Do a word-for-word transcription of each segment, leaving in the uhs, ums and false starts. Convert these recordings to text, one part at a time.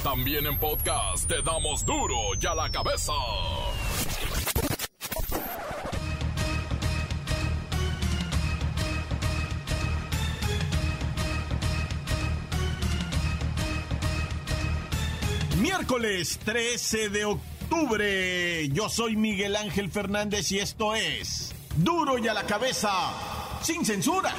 También en podcast te damos duro y a la cabeza. Miércoles trece de octubre. Yo soy Miguel Ángel Fernández y esto es Duro y a la Cabeza, sin censura.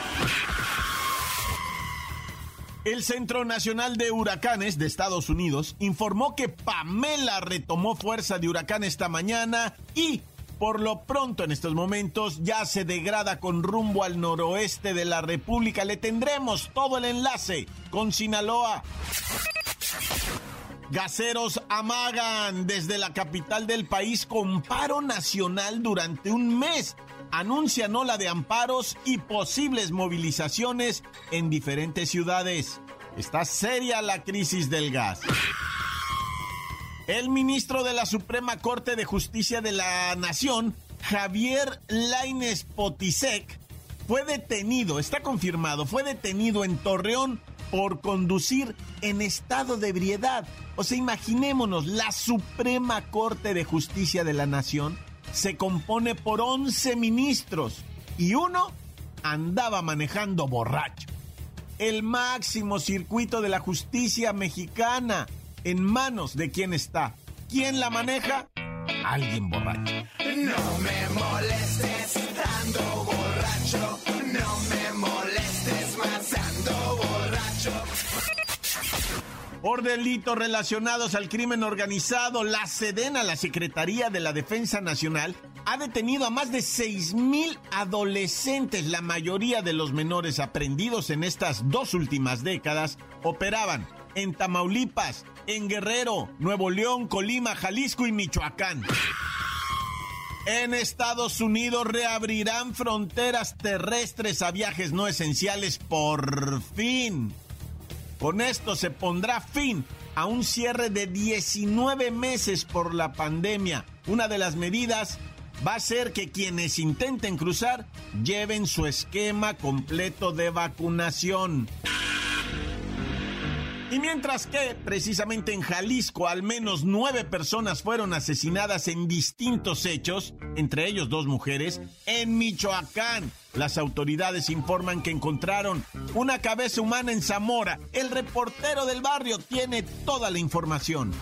El Centro Nacional de Huracanes de Estados Unidos informó que Pamela retomó fuerza de huracán esta mañana y, por lo pronto en estos momentos, ya se degrada con rumbo al noroeste de la República. Le tendremos todo el enlace con Sinaloa. Gaseros amagan desde la capital del país con paro nacional durante un mes. Anuncian ola de amparos y posibles movilizaciones en diferentes ciudades. Está seria la crisis del gas. El ministro de la Suprema Corte de Justicia de la Nación, Javier Lainez Potisek, fue detenido, está confirmado, fue detenido en Torreón por conducir en estado de ebriedad. O sea, imaginémonos, la Suprema Corte de Justicia de la Nación se compone por once ministros y uno andaba manejando borracho. El máximo circuito de la justicia mexicana, ¿en manos de quién está? ¿Quién la maneja? Alguien borracho. No me molestes estando borracho, no me molestes más ando borracho. Por delitos relacionados al crimen organizado, la Sedena, la Secretaría de la Defensa Nacional, ha detenido a más de seis mil adolescentes. La mayoría de los menores aprehendidos en estas dos últimas décadas operaban en Tamaulipas, en Guerrero, Nuevo León, Colima, Jalisco y Michoacán. En Estados Unidos reabrirán fronteras terrestres a viajes no esenciales por fin. Con esto se pondrá fin a un cierre de diecinueve meses por la pandemia. Una de las medidas va a ser que quienes intenten cruzar lleven su esquema completo de vacunación. Y mientras que, precisamente en Jalisco, al menos nueve personas fueron asesinadas en distintos hechos, entre ellos dos mujeres, en Michoacán. Las autoridades informan que encontraron una cabeza humana en Zamora. El reportero del barrio tiene toda la información.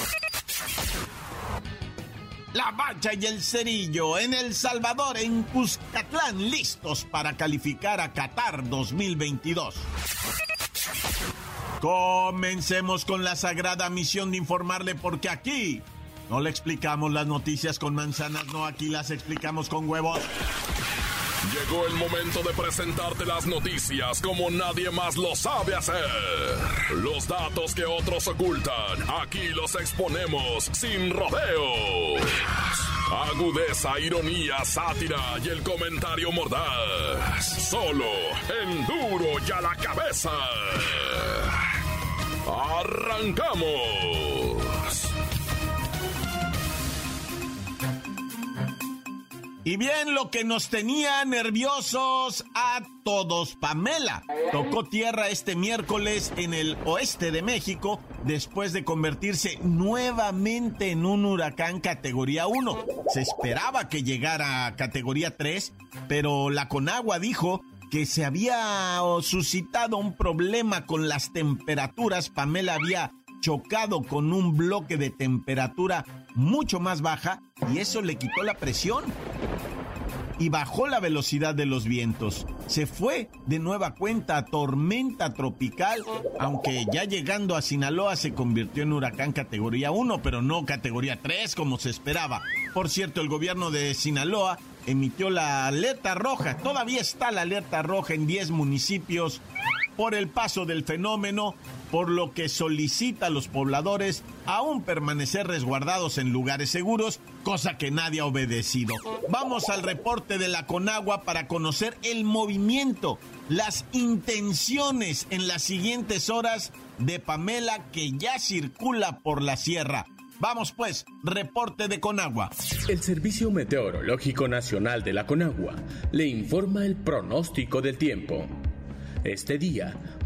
La Bacha y el Cerillo en El Salvador, en Cuscatlán, listos para calificar a Qatar dos mil veintidós. Comencemos con la sagrada misión de informarle, porque aquí no le explicamos las noticias con manzanas, no, aquí las explicamos con huevos. Llegó el momento de presentarte las noticias como nadie más lo sabe hacer. Los datos que otros ocultan, aquí los exponemos sin rodeos. Agudeza, ironía, sátira y el comentario mordaz. Solo en Duro y a la Cabeza. ¡Arrancamos! Y bien, lo que nos tenía nerviosos a todos, Pamela tocó tierra este miércoles en el oeste de México después de convertirse nuevamente en un huracán categoría uno. Se esperaba que llegara a categoría tres, pero la Conagua dijo que se había suscitado un problema con las temperaturas. Pamela había chocado con un bloque de temperatura mucho más baja y eso le quitó la presión y bajó la velocidad de los vientos. Se fue de nueva cuenta a tormenta tropical, aunque ya llegando a Sinaloa se convirtió en huracán categoría uno, pero no categoría tres como se esperaba. Por cierto, el gobierno de Sinaloa emitió la alerta roja. Todavía está la alerta roja en diez municipios por el paso del fenómeno, por lo que solicita a los pobladores aún permanecer resguardados en lugares seguros, cosa que nadie ha obedecido. Vamos al reporte de la Conagua para conocer el movimiento, las intenciones en las siguientes horas de Pamela, que ya circula por la sierra. Vamos pues, reporte de Conagua. El Servicio Meteorológico Nacional de la Conagua le informa el pronóstico del tiempo. Este día,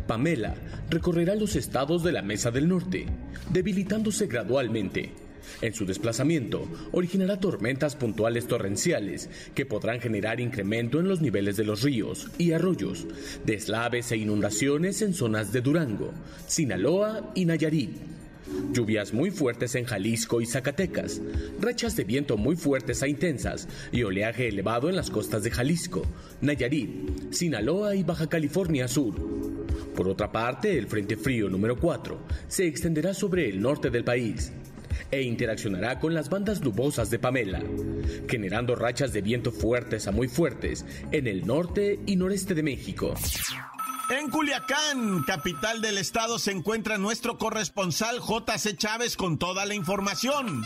Pamela recorrerá los estados de la Mesa del Norte, debilitándose gradualmente. En su desplazamiento, originará tormentas puntuales torrenciales que podrán generar incremento en los niveles de los ríos y arroyos, deslaves e inundaciones en zonas de Durango, Sinaloa y Nayarit. Lluvias muy fuertes en Jalisco y Zacatecas, rachas de viento muy fuertes e intensas y oleaje elevado en las costas de Jalisco, Nayarit, Sinaloa y Baja California Sur. Por otra parte, el Frente Frío número cuatro se extenderá sobre el norte del país e interaccionará con las bandas nubosas de Pamela, generando rachas de viento fuertes a muy fuertes en el norte y noreste de México. En Culiacán, capital del estado, se encuentra nuestro corresponsal J C Chávez con toda la información.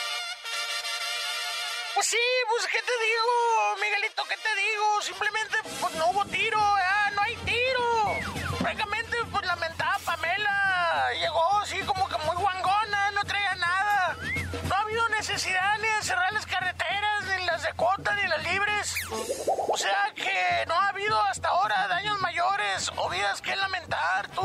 Pues sí, pues ¿qué te digo, Miguelito? ¿Qué te digo? Simplemente pues no hubo tiro, ¿eh? No hay tiro. Francamente, pues lamentada Pamela llegó así como que muy guangona, no traía nada. No ha habido necesidad ni de cerrar las carreteras, ni las de Cota, ni las libres. O sea que no ha habido hasta ahora daños mayores o vidas que lamentar, tú,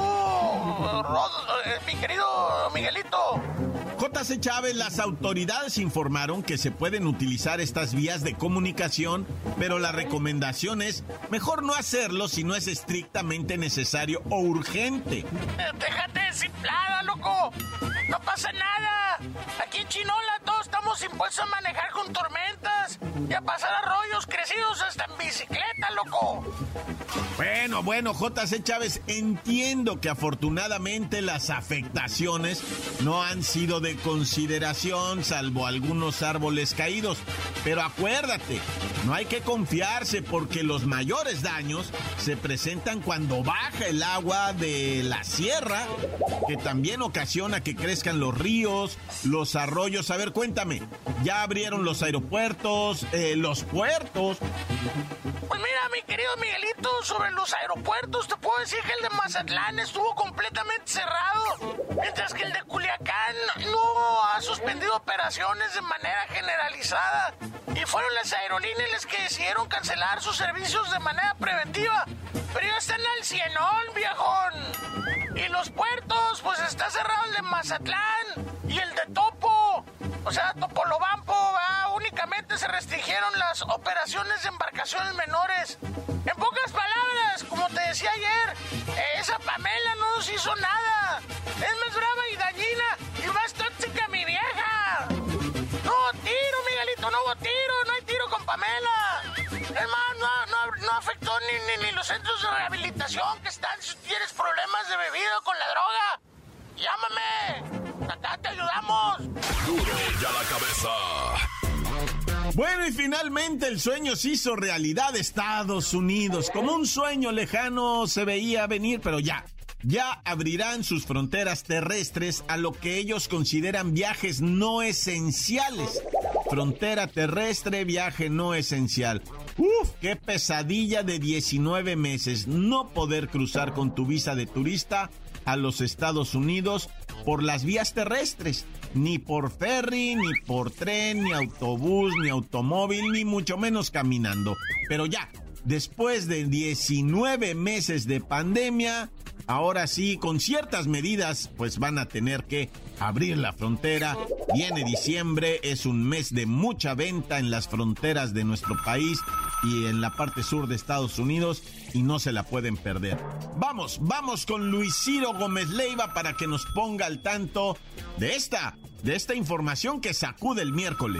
Rod, eh, mi querido Miguelito. J C Chávez, las autoridades informaron que se pueden utilizar estas vías de comunicación, pero la recomendación es mejor no hacerlo si no es estrictamente necesario o urgente. Eh, déjate de simplada, loco. No pasa nada. Aquí en Chinola todos estamos impuestos a manejar con tormentas y a pasar arroyos crecidos hasta en bicicleta, loco. Bueno, bueno, J C Chávez, entiendo que afortunadamente las afectaciones no han sido de consideración, salvo algunos árboles caídos. Pero acuérdate, no hay que confiarse porque los mayores daños se presentan cuando baja el agua de la sierra, que también ocasiona que crezcan los ríos, los arroyos. A ver, cuéntame, ¿ya abrieron los aeropuertos, eh, los puertos? Pues mira, mi querido Miguelito, sobre los aeropuertos te puedo decir que el de Mazatlán estuvo completamente cerrado, mientras que el de Culiacán no ha suspendido operaciones de manera generalizada. Y fueron las aerolíneas las que decidieron cancelar sus servicios de manera preventiva. Pero ya están al cienón, viejón. Y los puertos, pues está cerrado el de Mazatlán y el de Topo. O sea, Topolobampo, ¿verdad? Únicamente se restringieron las operaciones de embarcaciones menores. En pocas palabras, como te decía ayer, esa Pamela no nos hizo nada. Es más brava y dañina y más tóxica mi vieja. No hubo tiro, Miguelito, no hubo tiro, no hay tiro con Pamela. Hermano, no, no, no afectó ni, ni, ni los centros de rehabilitación que están. Si tienes problemas de bebida con la droga, llámame. Acá te ayudamos. Duro ya la cabeza. Bueno, y finalmente el sueño se hizo realidad. Estados Unidos, como un sueño lejano se veía venir, pero ya, ya abrirán sus fronteras terrestres a lo que ellos consideran viajes no esenciales. Frontera terrestre, viaje no esencial. Uf, qué pesadilla de diecinueve meses no poder cruzar con tu visa de turista a los Estados Unidos por las vías terrestres. Ni por ferry, ni por tren, ni autobús, ni automóvil, ni mucho menos caminando. Pero ya, después de diecinueve meses de pandemia, ahora sí, con ciertas medidas, pues van a tener que abrir la frontera. Viene diciembre, es un mes de mucha venta en las fronteras de nuestro país y en la parte sur de Estados Unidos, y no se la pueden perder. Vamos, vamos con Luis Ciro Gómez Leiva para que nos ponga al tanto de esta, de esta información que sacude el miércoles.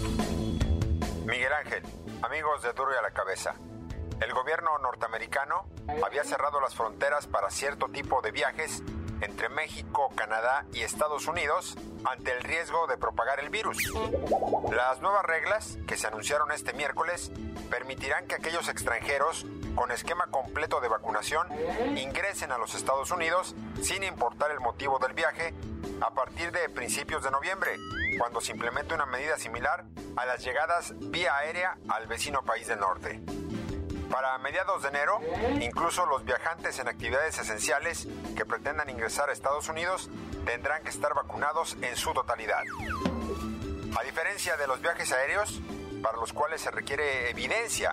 Miguel Ángel, amigos de Duro y a la Cabeza. El gobierno norteamericano había cerrado las fronteras para cierto tipo de viajes entre México, Canadá y Estados Unidos ante el riesgo de propagar el virus. Las nuevas reglas, que se anunciaron este miércoles, permitirán que aquellos extranjeros con esquema completo de vacunación ingresen a los Estados Unidos sin importar el motivo del viaje a partir de principios de noviembre, cuando se implemente una medida similar a las llegadas vía aérea al vecino país del norte. Para mediados de enero, incluso los viajantes en actividades esenciales que pretendan ingresar a Estados Unidos tendrán que estar vacunados en su totalidad. A diferencia de los viajes aéreos, para los cuales se requiere evidencia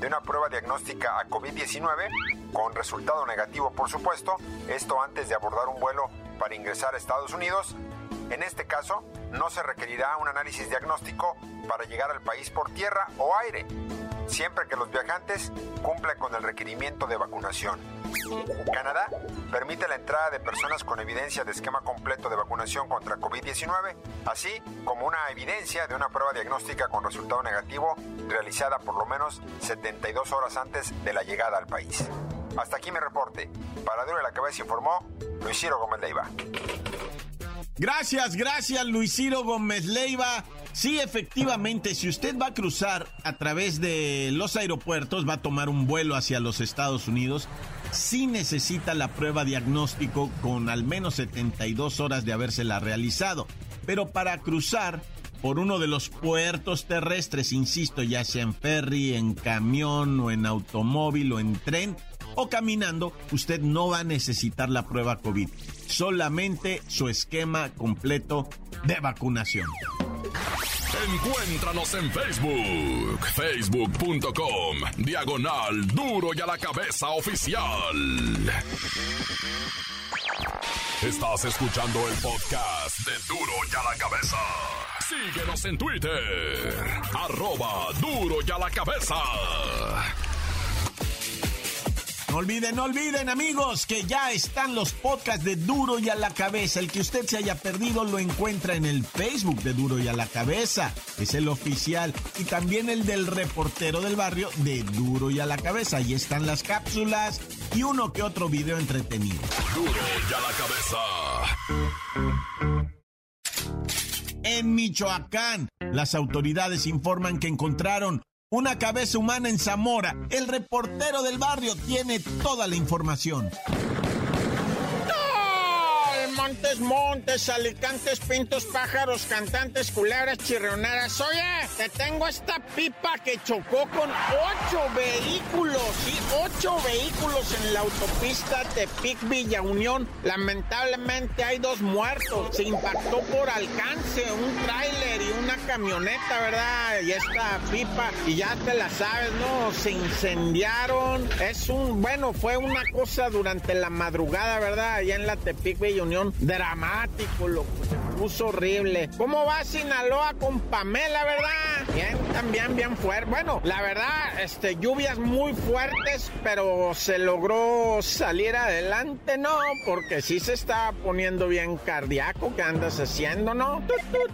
de una prueba diagnóstica a covid diecinueve, con resultado negativo por supuesto, esto antes de abordar un vuelo para ingresar a Estados Unidos. En este caso, no se requerirá un análisis diagnóstico para llegar al país por tierra o aire, siempre que los viajantes cumplan con el requerimiento de vacunación. Canadá permite la entrada de personas con evidencia de esquema completo de vacunación contra covid diecinueve, así como una evidencia de una prueba diagnóstica con resultado negativo realizada por lo menos setenta y dos horas antes de la llegada al país. Hasta aquí mi reporte. Para Duro y a la Cabeza informó Luis Ciro Gómez Leiva. Gracias, gracias Luis Ciro Gómez Leiva. Sí, efectivamente, si usted va a cruzar a través de los aeropuertos, va a tomar un vuelo hacia los Estados Unidos, sí necesita la prueba diagnóstico con al menos setenta y dos horas de habérsela realizado. Pero para cruzar por uno de los puertos terrestres, insisto, ya sea en ferry, en camión o en automóvil o en tren o caminando, usted no va a necesitar la prueba COVID, solamente su esquema completo de vacunación. Encuéntranos en Facebook, facebook punto com, diagonal Duro y a la Cabeza Oficial. Estás escuchando el podcast de Duro y a la Cabeza. Síguenos en Twitter, arroba Duro y a la Cabeza. No olviden, no olviden, amigos, que ya están los podcasts de Duro y a la Cabeza. El que usted se haya perdido lo encuentra en el Facebook de Duro y a la Cabeza. Es el oficial. Y también el del reportero del barrio de Duro y a la Cabeza. Ahí están las cápsulas y uno que otro video entretenido. Duro y a la Cabeza. En Michoacán, las autoridades informan que encontraron una cabeza humana en Zamora. El reportero del barrio tiene toda la información. Montes, montes, alicantes, pintos, pájaros, cantantes, culebras, chirrioneras. Oye, te tengo esta pipa que chocó con ocho vehículos, sí, ocho vehículos en la autopista Tepic-Villa Unión. Lamentablemente hay dos muertos. Se impactó por alcance un tráiler y una camioneta, ¿verdad? Y esta pipa, y ya te la sabes, ¿no? Se incendiaron. Es un, bueno, fue una cosa durante la madrugada, ¿verdad? Allá en la Tepic-Villa Unión. Dramático, loco, se puso horrible. ¿Cómo va Sinaloa con Pamela, verdad? Bien, también bien fuerte. Bueno, la verdad, este, lluvias muy fuertes, pero se logró salir adelante, ¿no? Porque sí se está poniendo bien cardíaco. ¿Qué andas haciendo, no?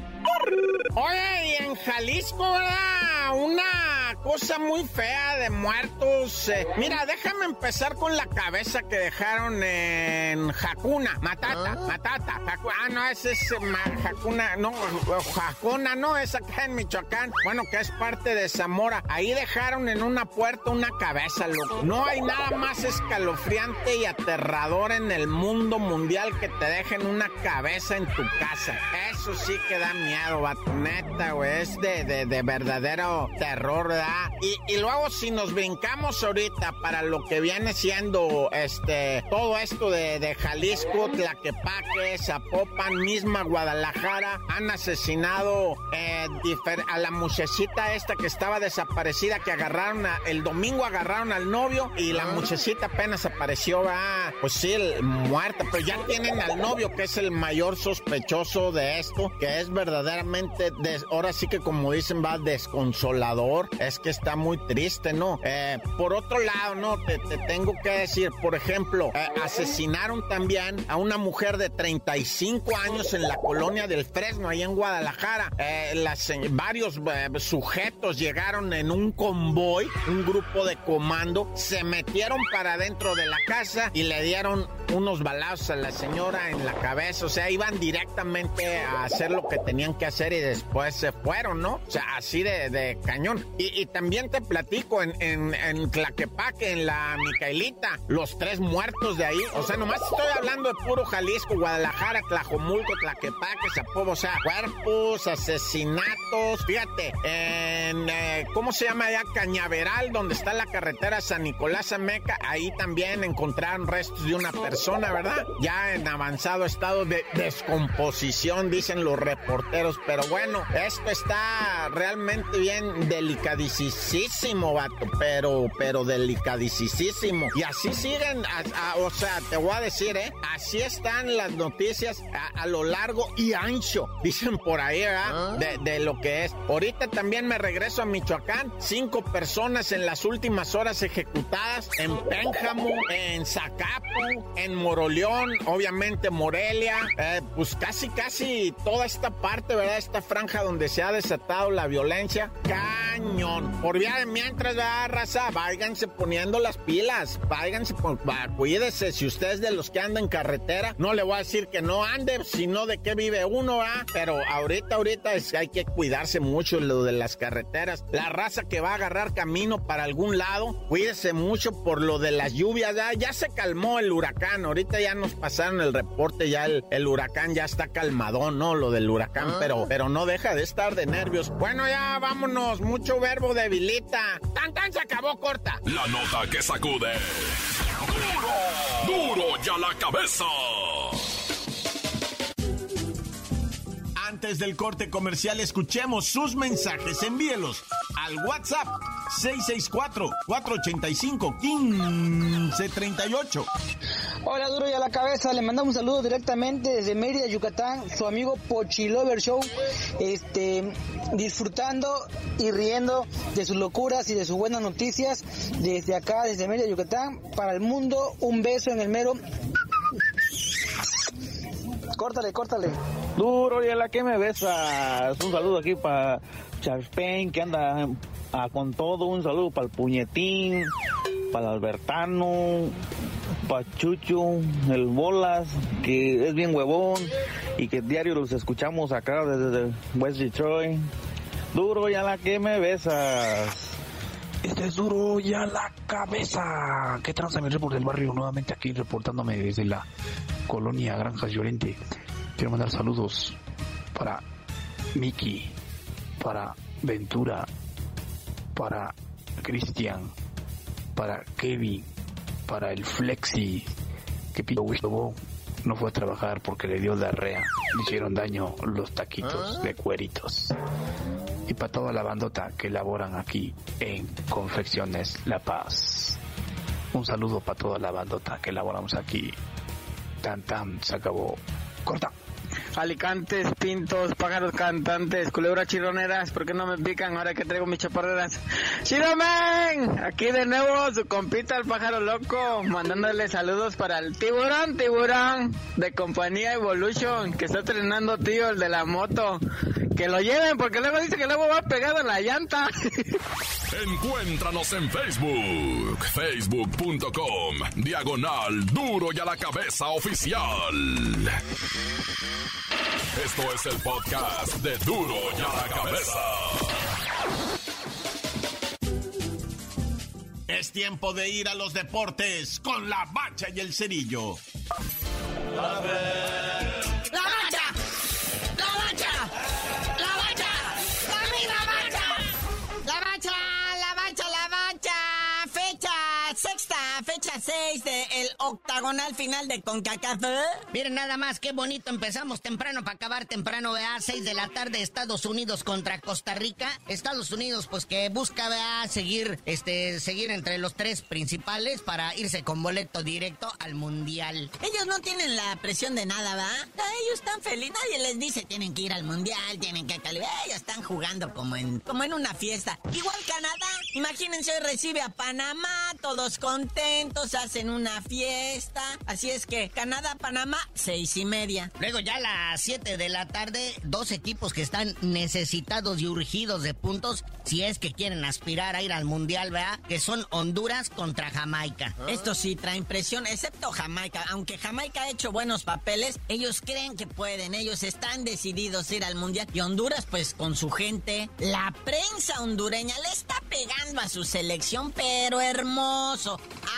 Oye, y en Jalisco, ¿verdad? Una cosa muy fea de muertos. Eh, mira, déjame empezar con la cabeza que dejaron en Jacuna, Matata, ¿Ah? Matata. Jacu ah, no, ese es uh, Jacuna, no, Jacuna, no, es acá en Michoacán. Bueno, que es parte de Zamora. Ahí dejaron en una puerta una cabeza, loco. No hay nada más escalofriante y aterrador en el mundo mundial que te dejen una cabeza en tu casa. Eso sí que da miedo, vato, neta, güey. Es de, de, de verdadero terror, ¿verdad? Y, y luego si nos brincamos ahorita para lo que viene siendo este todo esto de, de Jalisco, Tlaquepaque, Zapopan, misma Guadalajara, han asesinado eh, a la muchachita esta que estaba desaparecida, que agarraron a, el domingo agarraron al novio y la muchachita apenas apareció, ah, pues sí, el, muerta, pero ya tienen al novio, que es el mayor sospechoso de esto, que es verdaderamente, des, ahora sí que como dicen, va desconsolador. Es que está muy triste, ¿no? Eh, por otro lado, ¿no? Te, te tengo que decir, por ejemplo, eh, asesinaron también a una mujer de treinta y cinco años en la colonia del Fresno, ahí en Guadalajara. Eh, las, varios eh, sujetos llegaron en un convoy, un grupo de comando, se metieron para adentro de la casa y le dieron unos balazos a la señora en la cabeza. O sea, iban directamente a hacer lo que tenían que hacer y después se fueron, ¿no? O sea, así de, de cañón. Y, y también te platico, en, en, en Tlaquepaque, en la Micaelita, los tres muertos de ahí. O sea, nomás estoy hablando de puro Jalisco, Guadalajara, Tlajomulco, Tlaquepaque, Zapopan. O sea, cuerpos, asesinatos. Fíjate, en, eh, ¿cómo se llama allá? Cañaveral, donde está la carretera San Nicolás a Meca. Ahí también encontraron restos de una persona, ¿verdad? Ya en avanzado estado de descomposición, dicen los reporteros peloteros, pero bueno, esto está realmente bien delicadísimo, vato, pero, pero delicadísimo. Y así siguen, a, a, o sea, te voy a decir, ¿eh? Así están las noticias a, a lo largo y ancho, dicen por ahí, ¿verdad? De, de lo que es. Ahorita también me regreso a Michoacán, cinco personas en las últimas horas ejecutadas en Pénjamo, en Zacapu, en Moroleón, obviamente Morelia, eh, pues casi, casi toda esta parte, ¿verdad? Esta franja donde se ha desatado la violencia, cañón. Por vía de mientras, ¿verdad, raza? Váyanse poniendo las pilas, váyanse, va, cuídese, si usted es de los que andan en carretera, no le voy a decir que no ande, sino de qué vive uno, ¿verdad? Pero ahorita, ahorita es que hay que cuidarse mucho lo de las carreteras. La raza que va a agarrar camino para algún lado, cuídese mucho por lo de las lluvias, ¿verdad? Ya se calmó el huracán, ahorita ya nos pasaron el reporte, ya el, el huracán ya está calmadón, ¿no? Lo del huracán, ah. pero, pero no deja de estar de nervios. Bueno, ya vámonos, mucho verbo debilita. Tan tan se acabó, corta. La nota que sacude. ¡Duro! ¡Duro ya la cabeza! Antes del corte comercial, escuchemos sus mensajes. Envíelos al WhatsApp seis seis cuatro, cuatro ocho cinco, uno cinco tres ocho. Hola, Duro y a la cabeza, le mandamos un saludo directamente desde Mérida, Yucatán, su amigo Pochilover Show, este, disfrutando y riendo de sus locuras y de sus buenas noticias desde acá, desde Mérida, Yucatán, para el mundo. Un beso en el mero. Córtale, córtale. Duro y a la que me besas. Un saludo aquí para Charles Payne, que anda ah, con todo. Un saludo para el Puñetín, para el Albertano, para Chucho, el Bolas, que es bien huevón y que diario los escuchamos acá desde West Detroit. Duro y a la que me besas. Este es Duro y a la cabeza. ¿Qué tranza, mi report del barrio? Nuevamente aquí reportándome desde la colonia Granjas Llorente. Quiero mandar saludos para Miki, para Ventura, para Cristian, para Kevin, para el Flexi, que pido Wistobo no fue a trabajar porque le dio diarrea. Le hicieron daño los taquitos de cueritos. Y para toda la bandota que laboran aquí en Confecciones La Paz. Un saludo para toda la bandota que laboramos aquí. Tan tan, se acabó. Corta. Alicantes, pintos, pájaros cantantes, culebras chironeras, ¿por qué no me pican ahora que traigo mis chaparreras? ¡Chiromen! Aquí de nuevo su compita el pájaro loco, mandándole saludos para el tiburón, tiburón, de compañía Evolution, que está estrenando, tío, el de la moto. Que lo lleven, porque luego dice que luego va pegado en la llanta. Encuéntranos en Facebook, facebook punto com, diagonal Duro y a la Cabeza Oficial. Esto es el podcast de Duro y a la Cabeza. Es tiempo de ir a los deportes con la Bacha y el Cerillo. ¡La Bacha! ¡La Bacha! ¡La Bacha! ¡La Bacha! ¡La Bacha! ¡La Bacha! ¡La Bacha! Fecha sexta, fecha seis del octagonal final de CONCACAF. Miren nada más qué bonito, empezamos temprano para acabar temprano, ¿verdad? seis de la tarde, Estados Unidos contra Costa Rica. Estados Unidos, pues que busca, ¿verdad? Seguir, este, seguir entre los tres principales para irse con boleto directo al Mundial. Ellos no tienen la presión de nada, ¿va? Ellos están felices, nadie les dice tienen que ir al Mundial, tienen que calificar. Ellos están jugando como en, como en una fiesta. Igual Canadá, imagínense, hoy recibe a Panamá, todos contentos, hacen una fiesta. Así es que Canadá-Panamá, seis y media. Luego ya a las siete de la tarde, dos equipos que están necesitados y urgidos de puntos, si es que quieren aspirar a ir al Mundial, ¿verdad? Que son Honduras contra Jamaica. ¿Ah? Esto sí trae presión, excepto Jamaica. Aunque Jamaica ha hecho buenos papeles, ellos creen que pueden, ellos están decididos a ir al Mundial. Y Honduras, pues con su gente, la prensa hondureña le está pegando a su selección, pero hermoso.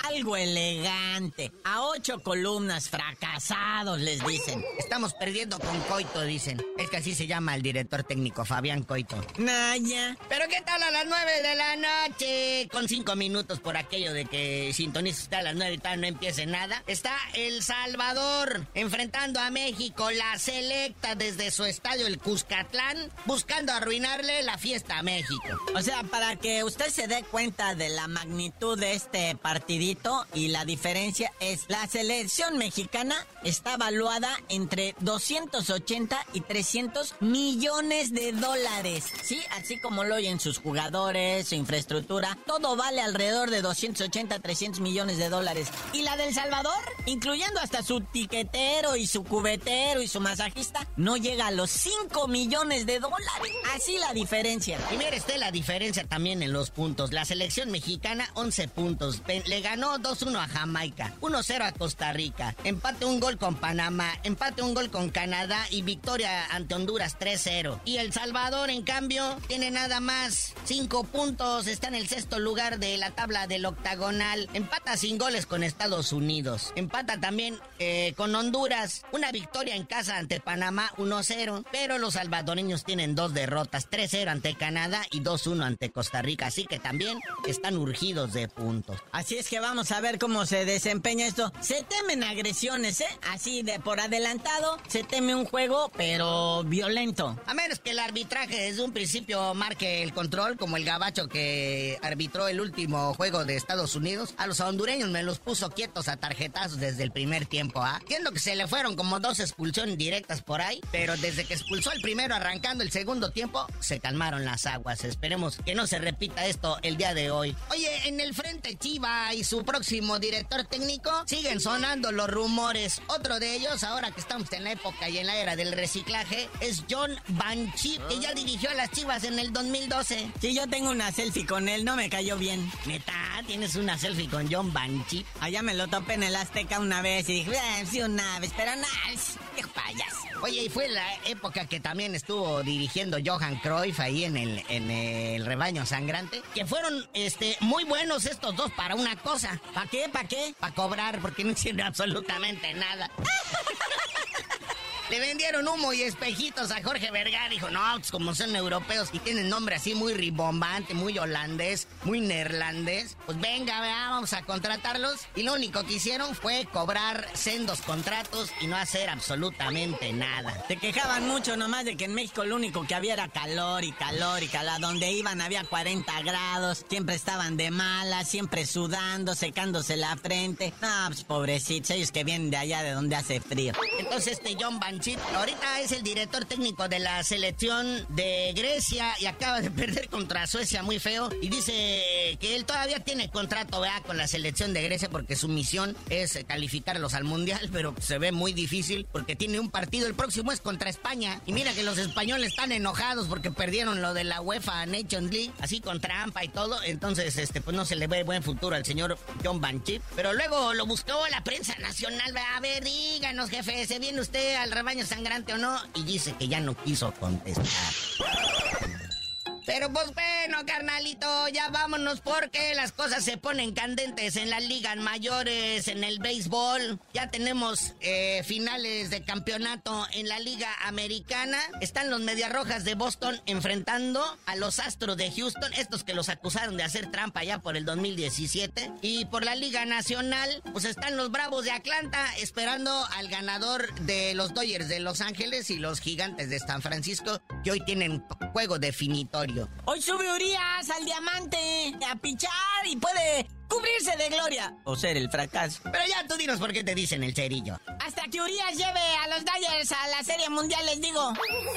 algo elegante. A ocho columnas, fracasados, les dicen. Estamos perdiendo con Coito, dicen. Es que así se llama el director técnico, Fabián Coito. Naya. Pero ¿qué tal a las nueve de la noche? Con cinco minutos por aquello de que sintoniza usted a las nueve y tal, no empiece nada. Está El Salvador enfrentando a México, la selecta desde su estadio, el Cuscatlán, buscando arruinarle la fiesta a México. O sea, para que usted se dé cuenta de la magnitud de este partidito y la diferencia es, la selección mexicana está valuada entre doscientos ochenta y trescientos millones de dólares, ¿sí? Así como lo oyen, sus jugadores, su infraestructura, todo vale alrededor de doscientos ochenta a trescientos millones de dólares. Y la del Salvador, incluyendo hasta su tiquetero y su cubetero y su masajista, no llega a los cinco millones de dólares. Así la diferencia. Y mire usted la diferencia también en los puntos. La selección mexicana, once puntos. Le ganó dos uno a Jamaica, uno cero a Costa Rica, empate un gol con Panamá, empate un gol con Canadá y victoria ante Honduras tres cero. Y El Salvador, en cambio, tiene nada más cinco puntos, está en el sexto lugar de la tabla del octagonal, empata sin goles con Estados Unidos, empata también eh, con Honduras, una victoria en casa ante Panamá uno cero, pero los salvadoreños tienen dos derrotas, tres cero ante Canadá y dos uno ante Costa Rica, así que también están urgidos de puntos. Así es que vamos a ver cómo se desempeña esto. Se temen agresiones, ¿eh? Así de por adelantado, se teme un juego, pero violento. A menos que el arbitraje desde un principio marque el control, como el gabacho que arbitró el último juego de Estados Unidos. A los hondureños me los puso quietos a tarjetazos desde el primer tiempo, ¿ah? ¿eh? Entiendo que se le fueron como dos expulsiones directas por ahí, pero desde que expulsó el primero arrancando el segundo tiempo, se calmaron las aguas. Esperemos que no se repita esto el día de hoy. Oye, en el frente Chiva y su próximo director técnico siguen sonando los rumores. Otro de ellos, ahora que estamos en la época y en la era del reciclaje, es John Banchip, que ya dirigió a las Chivas en el dos mil doce. Sí, yo tengo una selfie con él, no me cayó bien. ¿Neta? ¿Tienes una selfie con John Banchip? Allá me lo topé en el Azteca una vez y dije, eh, sí, una vez, pero nada, qué payas. Oye, y fue la época que también estuvo dirigiendo Johan Cruyff ahí en el, en el Rebaño Sangrante, que fueron este, muy buenos estos dos para una cosa. ¿Para qué? ¿Para qué? Para cobrar, porque no hicieron absolutamente nada. Le vendieron humo y espejitos a Jorge Vergara. Dijo, no, pues como son europeos y tienen nombre así muy ribombante, muy holandés, muy neerlandés, pues venga, vea, vamos a contratarlos. Y lo único que hicieron fue cobrar sendos contratos y no hacer absolutamente nada. Se quejaban mucho nomás de que en México lo único que había era calor y calor y calor. Donde iban había cuarenta grados, siempre estaban de malas, siempre sudando, secándose la frente. No, pues pobrecitos, ellos que vienen de allá de donde hace frío. Entonces este John Banchip ahorita es el director técnico de la selección de Grecia y acaba de perder contra Suecia muy feo y dice que él todavía tiene contrato, ¿verdad?, con la selección de Grecia porque su misión es calificarlos al mundial, pero se ve muy difícil porque tiene un partido, el próximo es contra España y mira que los españoles están enojados porque perdieron lo de la UEFA Nations League, así con trampa y todo, entonces este pues no se le ve buen futuro al señor John Banchip, pero luego lo buscó la prensa nacional, a ver, díganos, jefe, ¿se viene usted al Rebaño Sangrante o no? Y dice que ya no quiso contestar. Pero pues bueno, carnalito, ya vámonos porque las cosas se ponen candentes en las ligas mayores, en el béisbol. Ya tenemos eh, finales de campeonato en la Liga Americana. Están los Medias Rojas de Boston enfrentando a los Astros de Houston, estos que los acusaron de hacer trampa ya por el dos mil diecisiete. Y por la Liga Nacional, pues están los Bravos de Atlanta esperando al ganador de los Dodgers de Los Ángeles y los Gigantes de San Francisco, que hoy tienen juego definitorio. Hoy sube Urias al diamante a pichar y puede cubrirse de gloria o ser el fracaso. Pero ya tú dinos por qué te dicen el cerillo. Hasta que Urias lleve a los Dodgers a la Serie Mundial, les digo.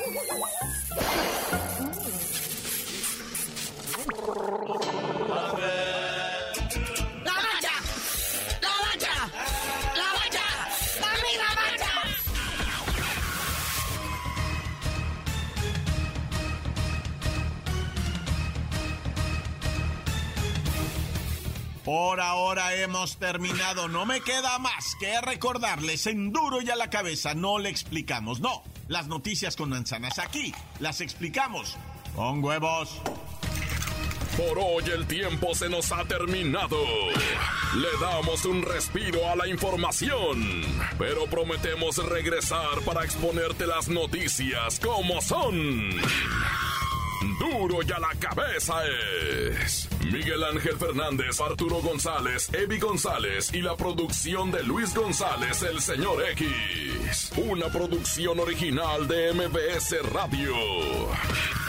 Por ahora hemos terminado. No me queda más que recordarles en Duro y a la Cabeza. No le explicamos, no. Las noticias con manzanas aquí las explicamos con huevos. Por hoy el tiempo se nos ha terminado. Le damos un respiro a la información, pero prometemos regresar para exponerte las noticias como son. Duro y a la cabeza es Miguel Ángel Fernández, Arturo González, Evi González y la producción de Luis González, el señor X. Una producción original de M B S Radio.